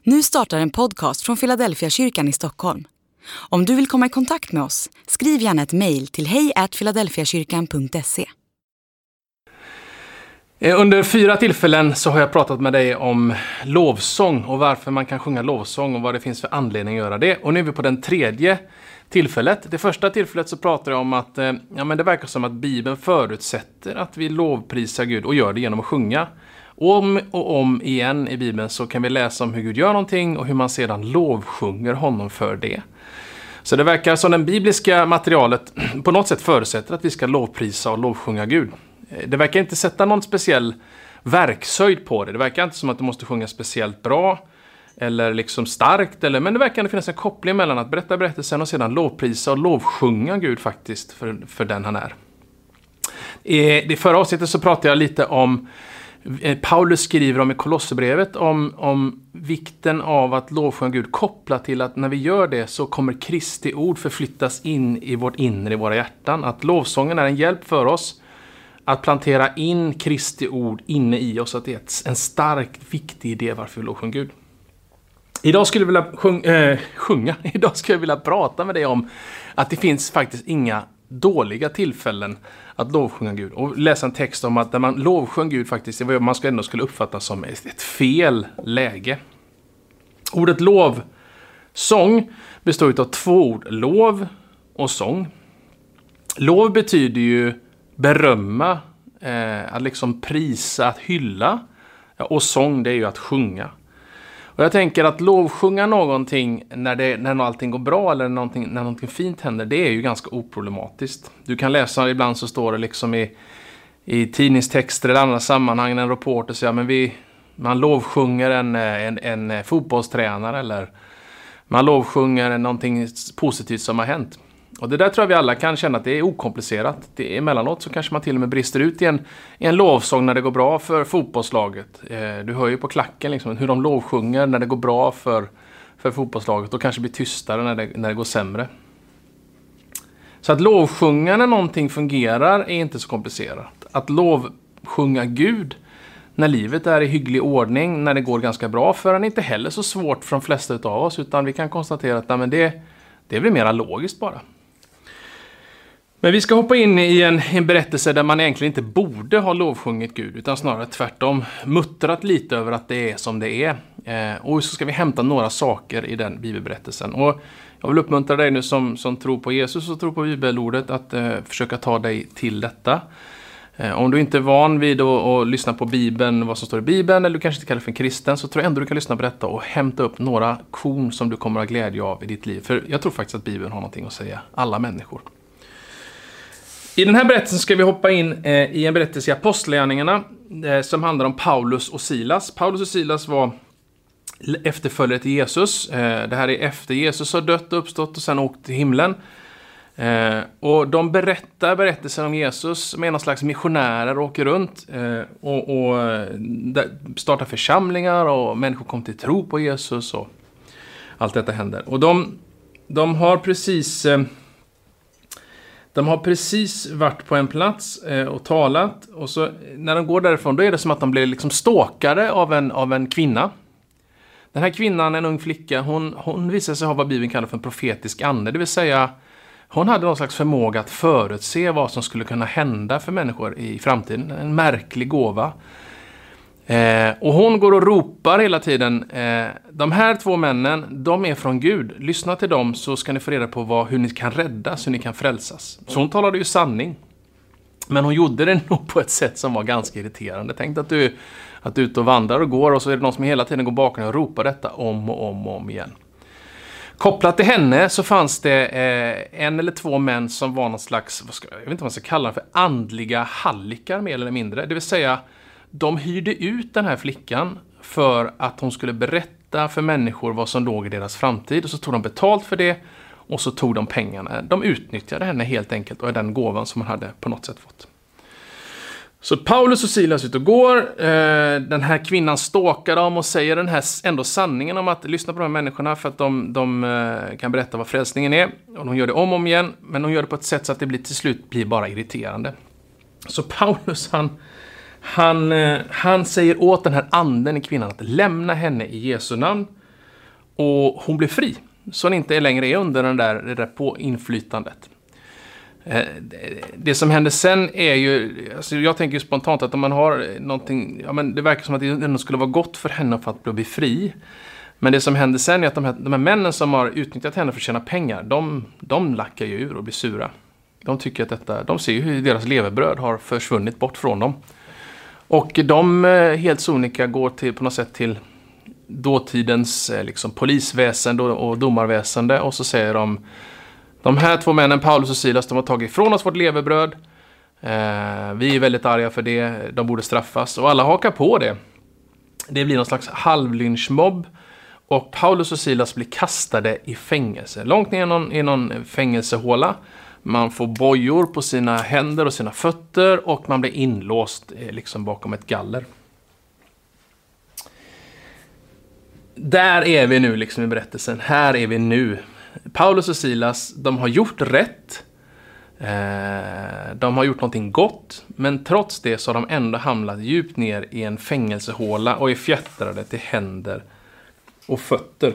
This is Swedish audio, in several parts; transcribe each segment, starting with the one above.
Nu startar en podcast från Philadelphia kyrkan i Stockholm. Om du vill komma i kontakt med oss, skriv gärna ett mejl till hej@philadelphiakyrkan.se. Under 4 tillfällen så har jag pratat med dig om lovsång och varför man kan sjunga lovsång och vad det finns för anledning att göra det. Och nu är vi på det 3:e tillfället. Det första tillfället så pratar jag om att det verkar som att Bibeln förutsätter att vi lovprisar Gud och gör det genom att sjunga. Om och om igen i Bibeln så kan vi läsa om hur Gud gör någonting och hur man sedan lovsjunger honom för det. Så det verkar som det bibliska materialet på något sätt förutsätter att vi ska lovprisa och lovsjunga Gud. Det verkar inte sätta någon speciell verkshöjd på det. Det verkar inte som att du måste sjunga speciellt bra eller liksom starkt. Men det verkar finnas en koppling mellan att berätta berättelsen och sedan lovprisa och lovsjunga Gud faktiskt för den han är. I det förra avsnittet så pratade jag lite om Paulus skriver om i Kolosserbrevet om vikten av att lovsjunga Gud kopplat till att när vi gör det så kommer Kristi ord förflyttas in i vårt inre, i våra hjärtan. Att lovsången är en hjälp för oss att plantera in Kristi ord inne i oss. Att det är en stark, viktig idé varför vi lovsjunger Gud. Idag skulle jag vilja Idag skulle jag vilja prata med dig om att det finns faktiskt inga dåliga tillfällen att lovsjunga Gud. Och läsa en text om att när man lovsjunger Gud faktiskt, man skulle uppfatta som ett fel läge. Ordet lovsång består av 2 ord. Lov och sång. Lov betyder ju berömma, att liksom prisa, att hylla. Ja, och sång, det är ju att sjunga. Och jag tänker att lovsjunga någonting när allting går bra eller när någonting fint händer, det är ju ganska oproblematiskt. Du kan läsa, ibland så står det liksom i tidningstexter eller andra sammanhang när en reporter säger man lovsjunger en fotbollstränare eller man lovsjunger någonting positivt som har hänt. Och det där tror jag vi alla kan känna att det är okomplicerat. Emellanåt så kanske man till och med brister ut i en lovsång när det går bra för fotbollslaget. Du hör ju på klacken liksom, hur de lovsjunger när det går bra för fotbollslaget och kanske blir tystare när det går sämre. Så att lovsjunga när någonting fungerar är inte så komplicerat. Att lovsjunga Gud när livet är i hygglig ordning, när det går ganska bra för en, är inte heller så svårt för de flesta av oss, utan vi kan konstatera att det blir mer logiskt bara. Men vi ska hoppa in i en berättelse där man egentligen inte borde ha lovsjungit Gud, utan snarare tvärtom muttrat lite över att det är som det är. Och så ska vi hämta några saker i den bibelberättelsen. Och jag vill uppmuntra dig nu som tror på Jesus och tror på bibelordet att försöka ta dig till detta. Om du inte är van vid att lyssna på Bibeln, vad som står i Bibeln, eller du kanske inte kallar för en kristen, så tror jag ändå du kan lyssna på detta och hämta upp några korn som du kommer att ha glädje av i ditt liv. För jag tror faktiskt att Bibeln har någonting att säga alla människor. I den här berättelsen ska vi hoppa in i en berättelse i Apostlagärningarna som handlar om Paulus och Silas. Paulus och Silas var efterföljare till Jesus. Det här är efter Jesus har dött och uppstått och sen åkt till himlen. Och de berättar berättelsen om Jesus med någon slags missionärer och åker runt och startar församlingar och människor kommer till tro på Jesus och allt detta händer. Och de har precis varit på en plats och talat, och så när de går därifrån då är det som att de blir liksom stalkade av en kvinna. Den här kvinnan, en ung flicka, hon visar sig ha vad Bibeln kallar för en profetisk ande, det vill säga hon hade någon slags förmåga att förutse vad som skulle kunna hända för människor i framtiden. En märklig gåva. Och hon går och ropar hela tiden. De här 2 männen, de är från Gud. Lyssna till dem så ska ni få reda på hur ni kan räddas, hur ni kan frälsas. Så hon talade ju sanning. Men hon gjorde det nog på ett sätt som var ganska irriterande. Tänk att du är ute och vandrar och går och så är det någon som hela tiden går bakom och ropar detta om och om igen. Kopplat till henne så fanns det 1 eller 2 män som var någon slags, jag vet inte vad man ska kalla dem för, andliga hallickar mer eller mindre. Det vill säga, de hyrde ut den här flickan för att hon skulle berätta för människor vad som låg i deras framtid. Och så tog de betalt för det och så tog de pengarna. De utnyttjade henne helt enkelt och den gåvan som hon hade på något sätt fått. Så Paulus och Silas ut och går. Den här kvinnan stalkar dem och säger den här ändå sanningen om att lyssna på de här människorna för att de kan berätta vad frälsningen är. Och hon gör det om och om igen, men hon gör det på ett sätt så att det till slut blir bara irriterande. Så Paulus han säger åt den här anden i kvinnan att lämna henne i Jesu namn. och hon blir fri. Så hon inte längre är under det där på inflytandet. Det som händer sen är ju, alltså jag tänker spontant att om man har någonting, ja men det verkar som att det ändå skulle vara gott för henne för att bli fri. Men det som händer sen är att de här männen som har utnyttjat henne för att tjäna pengar, de lackar ju ur och blir sura. De tycker att de ser ju hur deras levebröd har försvunnit bort från dem. Och de helt sonika går till på något sätt till dåtidens liksom polisväsende och domarväsende, och så säger de här två männen, Paulus och Silas, de har tagit ifrån oss vårt levebröd. Vi är väldigt arga för det, de borde straffas, och alla hakar på det. Det blir någon slags halvlynchmobb, och Paulus och Silas blir kastade i fängelse. Långt ner i någon fängelsehåla. Man får bojor på sina händer och sina fötter, och man blir inlåst liksom bakom ett galler. Där är vi nu liksom i berättelsen. Här är vi nu. Paulus och Silas, de har gjort rätt. De har gjort någonting gott. Men trots det så har de ändå hamnat djupt ner i en fängelsehåla och är fjättrade till händer och fötter.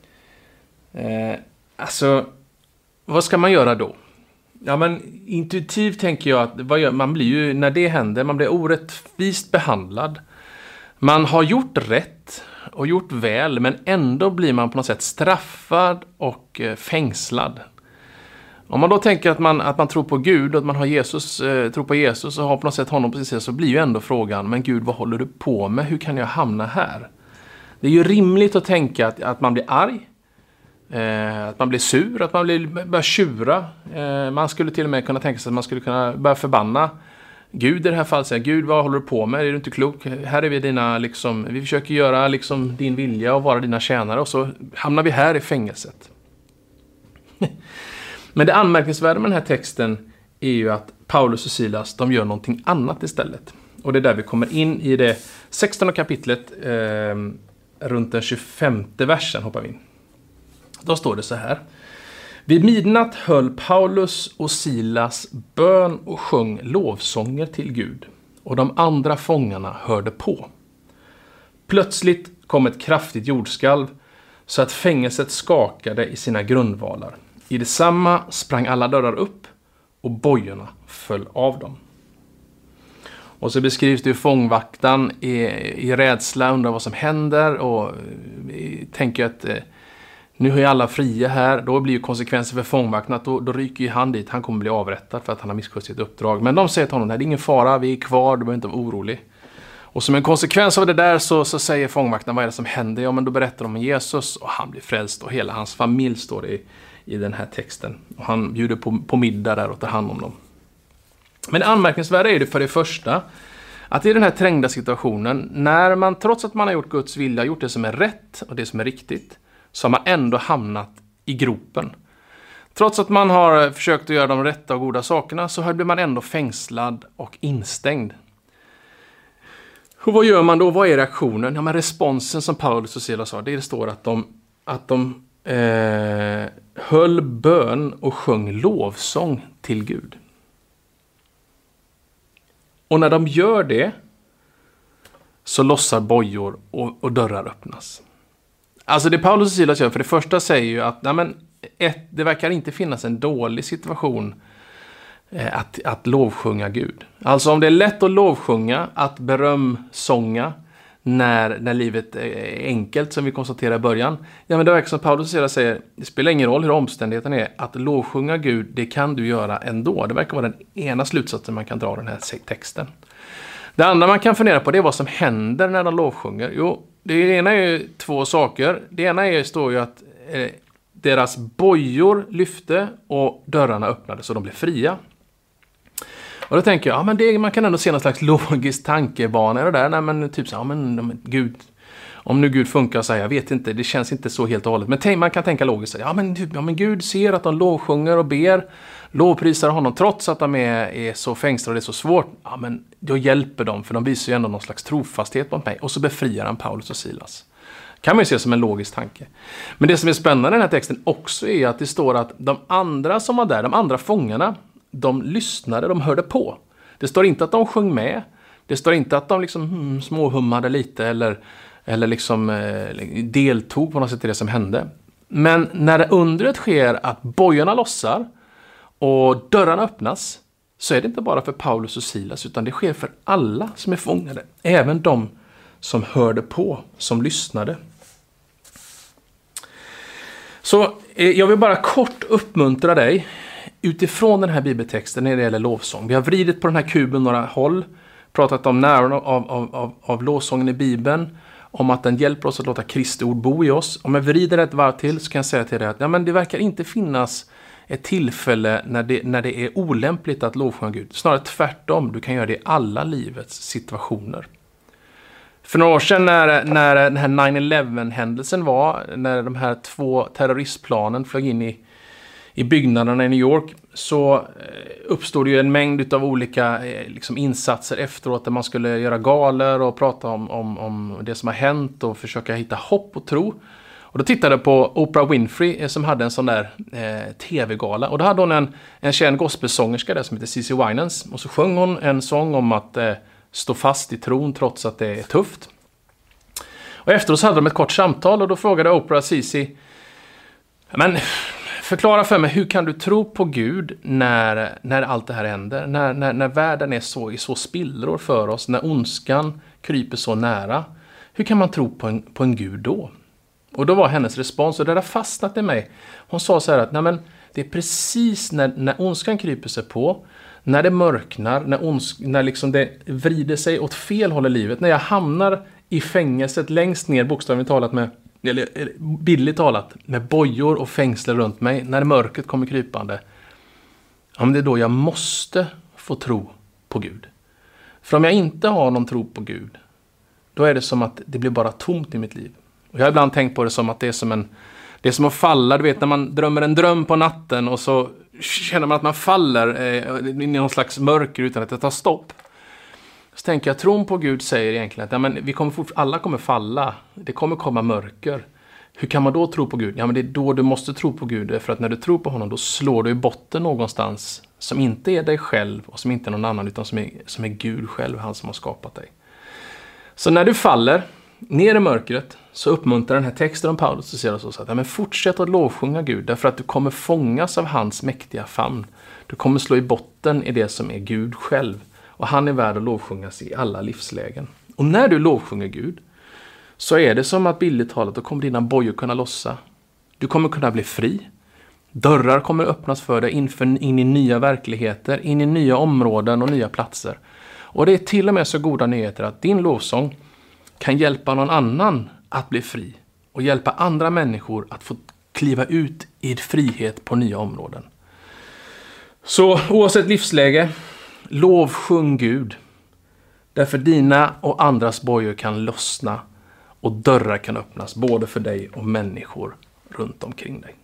Alltså, vad ska man göra då? Ja, men intuitivt tänker jag att man blir ju, när det händer, man blir orättvist behandlad. Man har gjort rätt och gjort väl, men ändå blir man på något sätt straffad och fängslad. Om man då tänker att man tror på Gud och att man har tror på Jesus och har på något sätt honom precis, så blir ju ändå frågan, men Gud, vad håller du på med? Hur kan jag hamna här? Det är ju rimligt att tänka att man blir arg, att man blir sur, att man börjar tjura. Man skulle till och med kunna tänka sig att man skulle kunna börja förbanna Gud i det här fallet. Säga, Gud, vad håller du på med? Är du inte klok? Här är vi vi försöker göra din vilja och vara dina tjänare, och så hamnar vi här i fängelset. Men det anmärkningsvärda med den här texten är ju att Paulus och Silas, de gör någonting annat istället. Och det är där vi kommer in i det 16:e kapitlet, runt den 25:e versen hoppar vi in. Då står det så här. Vid midnatt höll Paulus och Silas bön och sjöng lovsånger till Gud, och de andra fångarna hörde på. Plötsligt kom ett kraftigt jordskalv så att fängelset skakade i sina grundvalar. I detsamma sprang alla dörrar upp och bojorna föll av dem. Och så beskrivs det hur fångvaktan i rädsla undrar vad som händer, och tänker att nu är alla fria här. Då blir ju konsekvensen för fångvakten att då ryker ju han dit. Han kommer bli avrättad för att han har misskött sitt uppdrag. Men de säger till honom, nej, det är ingen fara, vi är kvar, du behöver inte vara orolig. Och som en konsekvens av det där så säger fångvakten, vad är det som händer? Ja, men då berättar de om Jesus, och han blir frälst, och hela hans familj står det i den här texten. Och han bjuder på middag där och tar hand om dem. Men det anmärkningsvärda är det för det första att i den här trängda situationen, när man trots att man har gjort Guds vilja, gjort det som är rätt och det som är riktigt, så har man ändå hamnat i gropen. Trots att man har försökt att göra de rätta och goda sakerna, så blir man ändå fängslad och instängd. Och vad gör man då? Vad är reaktionen? Ja, men responsen som Paulus och Silas sa, det står att de höll bön och sjöng lovsång till Gud. Och när de gör det så lossar bojor och dörrar öppnas. Alltså det Paulus och Silas gör, för det första säger ju att det verkar inte finnas en dålig situation att lovsjunga Gud. Alltså om det är lätt att lovsjunga, att berömsånga när livet är enkelt, som vi konstaterade i början. Ja, men det verkar som Paulus och Silas säger, det spelar ingen roll hur omständigheten är, att lovsjunga Gud, det kan du göra ändå. Det verkar vara den ena slutsatsen man kan dra av den här texten. Det andra man kan fundera på, det är vad som händer när de lovsjunger. Jo, det ena är ju två saker. Det ena står ju att deras bojor lyfte och dörrarna öppnade så de blev fria. Och då tänker jag, man kan ändå se någon slags logisk tankebana i det där. Nej, men typ så, Gud, om nu Gud funkar så här, jag vet inte, det känns inte så helt och hållet. Men man kan tänka logiskt, men Gud ser att de lovsjunger och ber, lovprisar honom trots att de är så fängslade och det är så svårt. Ja, men då hjälper de, för de visar ju ändå någon slags trofasthet mot mig. Och så befriar han Paulus och Silas. Kan man ju se som en logisk tanke. Men det som är spännande i den här texten också är att det står att de andra som var där, de andra fångarna, de lyssnade, de hörde på. Det står inte att de sjöng med. Det står inte att de liksom småhummade lite eller eller liksom deltog på något sätt i det som hände. Men när det undret sker att bojorna lossar och dörrarna öppnas, så är det inte bara för Paulus och Silas, utan det sker för alla som är fångade. Även de som hörde på, som lyssnade. Så jag vill bara kort uppmuntra dig utifrån den här bibeltexten när det gäller lovsång. Vi har vridit på den här kuben några håll, pratat om närvaron av lovsången i Bibeln, om att den hjälper oss att låta Kristi ord bo i oss. Om jag vrider ett varv till så kan jag säga till dig att det verkar inte finnas ett tillfälle när det är olämpligt att lovsjunga Gud. Snarare tvärtom, du kan göra det i alla livets situationer. För några år sedan när den här 9/11-händelsen var, när de här 2 terroristplanen flög in i byggnaderna i New York, så uppstod ju en mängd av olika insatser efteråt där man skulle göra galor och prata om det som har hänt och försöka hitta hopp och tro. Och då tittade jag på Oprah Winfrey som hade en sån där tv-gala. Och då hade hon en känd gospelsångerska där som heter Cici Winans. Och så sjöng hon en sång om att stå fast i tron trots att det är tufft. Och efteråt så hade de ett kort samtal och då frågade Oprah Cici, men förklara för mig, hur kan du tro på Gud när allt det här händer? När världen är i så spillror för oss, när ondskan kryper så nära. Hur kan man tro på en Gud då? Och då var hennes respons, och det har fastnat i mig. Hon sa så här att det är precis när ondskan kryper sig på, när det mörknar, när det vrider sig åt fel håll i livet, när jag hamnar i fängelset längst ner, bokstavligt talat eller bildligt talat, med bojor och fängslar runt mig, när mörkret kommer krypande. Det är då jag måste få tro på Gud. För om jag inte har någon tro på Gud, då är det som att det blir bara tomt i mitt liv. Och jag har ibland tänkt på det som att det är som att falla. Du vet, när man drömmer en dröm på natten och så känner man att man faller i någon slags mörker utan att det tar stopp. Så tänker jag, tron på Gud säger egentligen att alla kommer falla. Det kommer komma mörker. Hur kan man då tro på Gud? Det är då du måste tro på Gud. För att när du tror på honom, då slår du i botten någonstans som inte är dig själv och som inte är någon annan, utan som är Gud själv, han som har skapat dig. Så när du faller ner i mörkret, så uppmuntrar den här texten om Paulus och säger så att fortsätt att lovsjunga Gud, därför att du kommer fångas av hans mäktiga famn. Du kommer slå i botten i det som är Gud själv. Och han är värd att lovsjungas i alla livslägen. Och när du lovsjunger Gud, så är det som att bildligt talat, då kommer dina bojor kunna lossa. Du kommer kunna bli fri. Dörrar kommer öppnas för dig in i nya verkligheter, in i nya områden och nya platser. Och det är till och med så goda nyheter att din lovsång kan hjälpa någon annan att bli fri. Och hjälpa andra människor att få kliva ut i frihet på nya områden. Så oavsett livsläge, lovsjung Gud. Därför dina och andras bojor kan lossna och dörrar kan öppnas både för dig och människor runt omkring dig.